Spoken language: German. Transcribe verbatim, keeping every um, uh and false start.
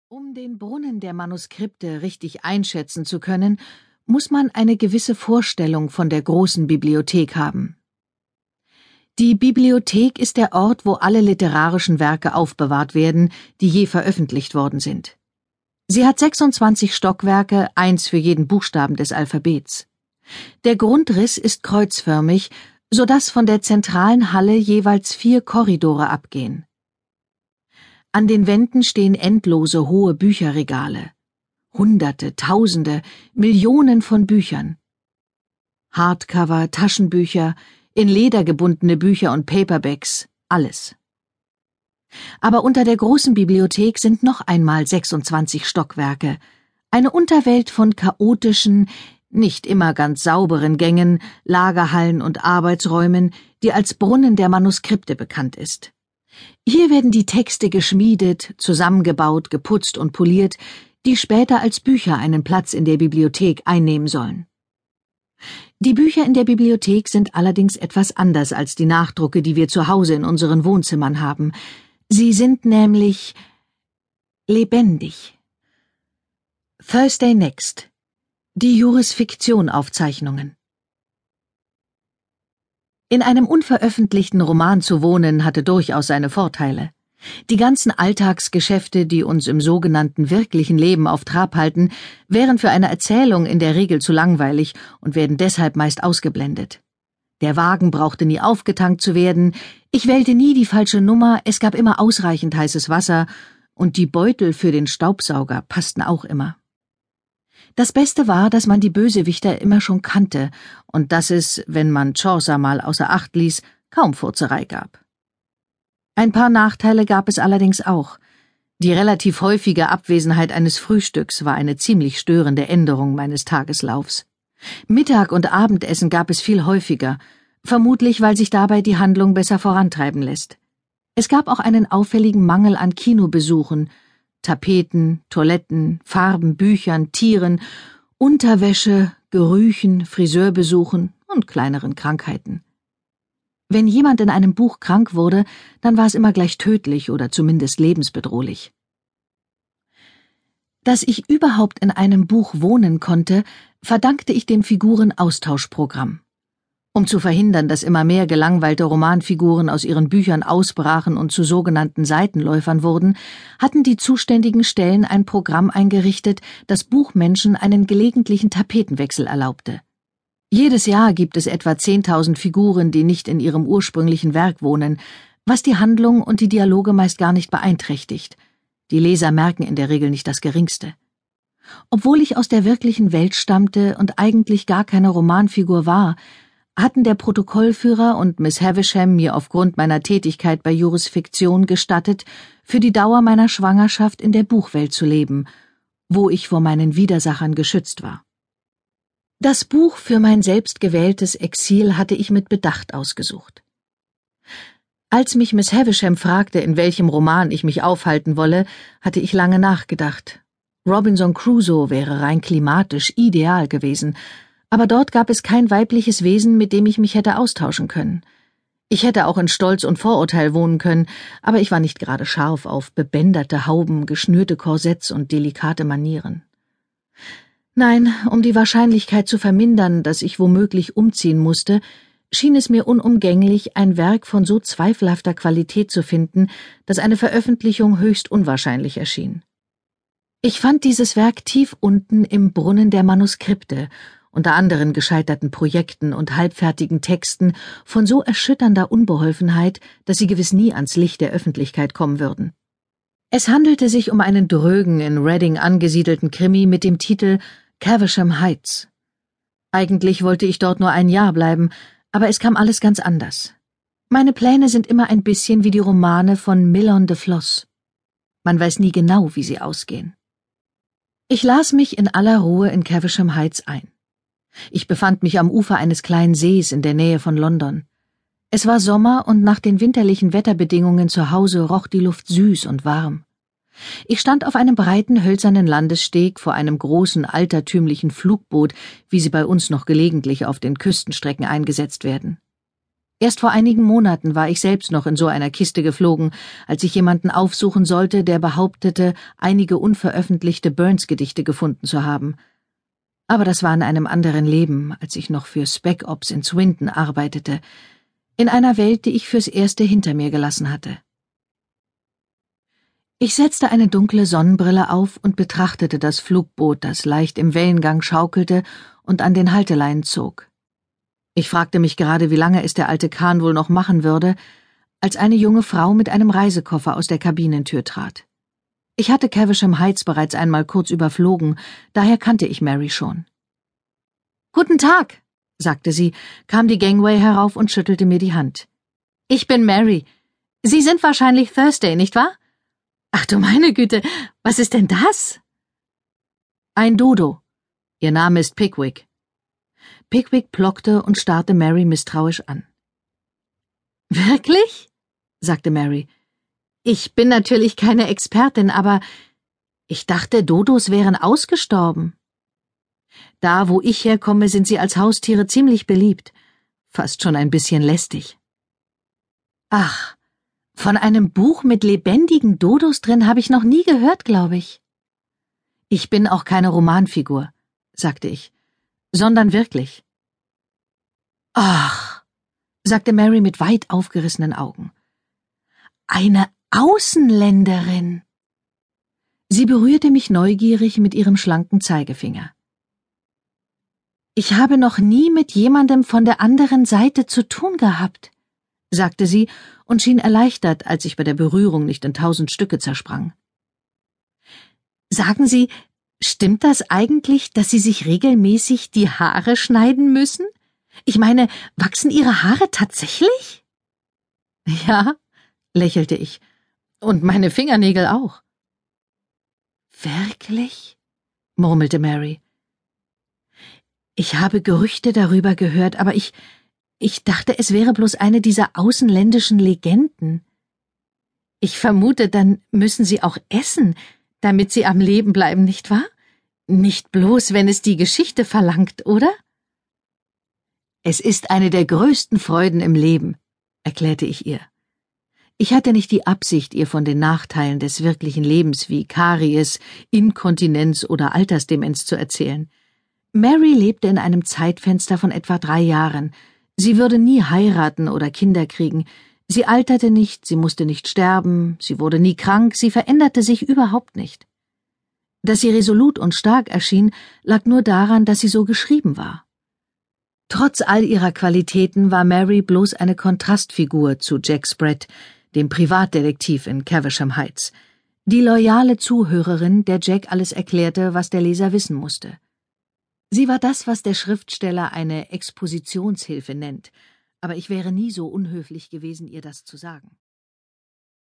Um den Brunnen der Manuskripte richtig einschätzen zu können, muss man eine gewisse Vorstellung von der großen Bibliothek haben. Die Bibliothek ist der Ort, wo alle literarischen Werke aufbewahrt werden, die je veröffentlicht worden sind. Sie hat sechsundzwanzig Stockwerke, eins für jeden Buchstaben des Alphabets. Der Grundriss ist kreuzförmig, so dass von der zentralen Halle jeweils vier Korridore abgehen. An den Wänden stehen endlose hohe Bücherregale. Hunderte, Tausende, Millionen von Büchern. Hardcover, Taschenbücher, in Leder gebundene Bücher und Paperbacks, alles. Aber unter der großen Bibliothek sind noch einmal sechsundzwanzig Stockwerke, eine Unterwelt von chaotischen, nicht immer ganz sauberen Gängen, Lagerhallen und Arbeitsräumen, die als Brunnen der Manuskripte bekannt ist. Hier werden die Texte geschmiedet, zusammengebaut, geputzt und poliert, die später als Bücher einen Platz in der Bibliothek einnehmen sollen. Die Bücher in der Bibliothek sind allerdings etwas anders als die Nachdrucke, die wir zu Hause in unseren Wohnzimmern haben. Sie sind nämlich lebendig. Thursday Next. Die Jurisfiktion-Aufzeichnungen. In einem unveröffentlichten Roman zu wohnen, hatte durchaus seine Vorteile. Die ganzen Alltagsgeschäfte, die uns im sogenannten wirklichen Leben auf Trab halten, wären für eine Erzählung in der Regel zu langweilig und werden deshalb meist ausgeblendet. Der Wagen brauchte nie aufgetankt zu werden, ich wählte nie die falsche Nummer, es gab immer ausreichend heißes Wasser und die Beutel für den Staubsauger passten auch immer. Das Beste war, dass man die Bösewichter immer schon kannte und dass es, wenn man Chaucer mal außer Acht ließ, kaum Furzerei gab. Ein paar Nachteile gab es allerdings auch. Die relativ häufige Abwesenheit eines Frühstücks war eine ziemlich störende Änderung meines Tageslaufs. Mittag- und Abendessen gab es viel häufiger, vermutlich weil sich dabei die Handlung besser vorantreiben lässt. Es gab auch einen auffälligen Mangel an Kinobesuchen, Tapeten, Toiletten, Farben, Büchern, Tieren, Unterwäsche, Gerüchen, Friseurbesuchen und kleineren Krankheiten. Wenn jemand in einem Buch krank wurde, dann war es immer gleich tödlich oder zumindest lebensbedrohlich. Dass ich überhaupt in einem Buch wohnen konnte, verdankte ich dem Figurenaustauschprogramm. Um zu verhindern, dass immer mehr gelangweilte Romanfiguren aus ihren Büchern ausbrachen und zu sogenannten Seitenläufern wurden, hatten die zuständigen Stellen ein Programm eingerichtet, das Buchmenschen einen gelegentlichen Tapetenwechsel erlaubte. Jedes Jahr gibt es etwa zehntausend Figuren, die nicht in ihrem ursprünglichen Werk wohnen, was die Handlung und die Dialoge meist gar nicht beeinträchtigt. Die Leser merken in der Regel nicht das Geringste. Obwohl ich aus der wirklichen Welt stammte und eigentlich gar keine Romanfigur war, hatten der Protokollführer und Miss Havisham mir aufgrund meiner Tätigkeit bei Jurisfiktion gestattet, für die Dauer meiner Schwangerschaft in der Buchwelt zu leben, wo ich vor meinen Widersachern geschützt war. Das Buch für mein selbstgewähltes Exil hatte ich mit Bedacht ausgesucht. Als mich Miss Havisham fragte, in welchem Roman ich mich aufhalten wolle, hatte ich lange nachgedacht. Robinson Crusoe wäre rein klimatisch ideal gewesen, aber dort gab es kein weibliches Wesen, mit dem ich mich hätte austauschen können. Ich hätte auch in Stolz und Vorurteil wohnen können, aber ich war nicht gerade scharf auf bebänderte Hauben, geschnürte Korsetts und delikate Manieren. Nein, um die Wahrscheinlichkeit zu vermindern, dass ich womöglich umziehen musste, schien es mir unumgänglich, ein Werk von so zweifelhafter Qualität zu finden, dass eine Veröffentlichung höchst unwahrscheinlich erschien. Ich fand dieses Werk tief unten im Brunnen der Manuskripte, unter anderen gescheiterten Projekten und halbfertigen Texten von so erschütternder Unbeholfenheit, dass sie gewiss nie ans Licht der Öffentlichkeit kommen würden. Es handelte sich um einen drögen, in Reading angesiedelten Krimi mit dem Titel Caversham Heights. Eigentlich wollte ich dort nur ein Jahr bleiben, aber es kam alles ganz anders. Meine Pläne sind immer ein bisschen wie die Romane von Millon de Floss. Man weiß nie genau, wie sie ausgehen. Ich las mich in aller Ruhe in Caversham Heights ein. Ich befand mich am Ufer eines kleinen Sees in der Nähe von London. Es war Sommer und nach den winterlichen Wetterbedingungen zu Hause roch die Luft süß und warm. Ich stand auf einem breiten, hölzernen Landessteg vor einem großen, altertümlichen Flugboot, wie sie bei uns noch gelegentlich auf den Küstenstrecken eingesetzt werden. Erst vor einigen Monaten war ich selbst noch in so einer Kiste geflogen, als ich jemanden aufsuchen sollte, der behauptete, einige unveröffentlichte Burns-Gedichte gefunden zu haben. Aber das war in einem anderen Leben, als ich noch für Spec Ops in Swinton arbeitete, in einer Welt, die ich fürs Erste hinter mir gelassen hatte. Ich setzte eine dunkle Sonnenbrille auf und betrachtete das Flugboot, das leicht im Wellengang schaukelte und an den Halteleinen zog. Ich fragte mich gerade, wie lange es der alte Kahn wohl noch machen würde, als eine junge Frau mit einem Reisekoffer aus der Kabinentür trat. Ich hatte Caversham Heights bereits einmal kurz überflogen, daher kannte ich Mary schon. »Guten Tag«, sagte sie, kam die Gangway herauf und schüttelte mir die Hand. »Ich bin Mary. Sie sind wahrscheinlich Thursday, nicht wahr? Ach du meine Güte, was ist denn das?« »Ein Dodo. Ihr Name ist Pickwick.« Pickwick plockte und starrte Mary misstrauisch an. »Wirklich?«, sagte Mary. »Ich bin natürlich keine Expertin, aber ich dachte, Dodos wären ausgestorben.« »Da, wo ich herkomme, sind sie als Haustiere ziemlich beliebt. Fast schon ein bisschen lästig.« »Ach, von einem Buch mit lebendigen Dodos drin habe ich noch nie gehört, glaube ich.« »Ich bin auch keine Romanfigur«, sagte ich, »sondern wirklich.« »Ach«, sagte Mary mit weit aufgerissenen Augen. »Eine Außenländerin.« Sie berührte mich neugierig mit ihrem schlanken Zeigefinger. »Ich habe noch nie mit jemandem von der anderen Seite zu tun gehabt«, sagte sie und schien erleichtert, als ich bei der Berührung nicht in tausend Stücke zersprang. »Sagen Sie, stimmt das eigentlich, dass Sie sich regelmäßig die Haare schneiden müssen? Ich meine, wachsen Ihre Haare tatsächlich?« »Ja«, lächelte ich, »und meine Fingernägel auch.« »Wirklich?«, murmelte Mary. »Ich habe Gerüchte darüber gehört, aber ich, ich dachte, es wäre bloß eine dieser außenländischen Legenden. Ich vermute, dann müssen Sie auch essen, damit Sie am Leben bleiben, nicht wahr? Nicht bloß, wenn es die Geschichte verlangt, oder?« »Es ist eine der größten Freuden im Leben«, erklärte ich ihr. Ich hatte nicht die Absicht, ihr von den Nachteilen des wirklichen Lebens wie Karies, Inkontinenz oder Altersdemenz zu erzählen. Mary lebte in einem Zeitfenster von etwa drei Jahren. Sie würde nie heiraten oder Kinder kriegen. Sie alterte nicht, sie musste nicht sterben, sie wurde nie krank, sie veränderte sich überhaupt nicht. Dass sie resolut und stark erschien, lag nur daran, dass sie so geschrieben war. Trotz all ihrer Qualitäten war Mary bloß eine Kontrastfigur zu Jack Sprat, dem Privatdetektiv in Caversham Heights, die loyale Zuhörerin, der Jack alles erklärte, was der Leser wissen musste. Sie war das, was der Schriftsteller eine Expositionshilfe nennt, aber ich wäre nie so unhöflich gewesen, ihr das zu sagen.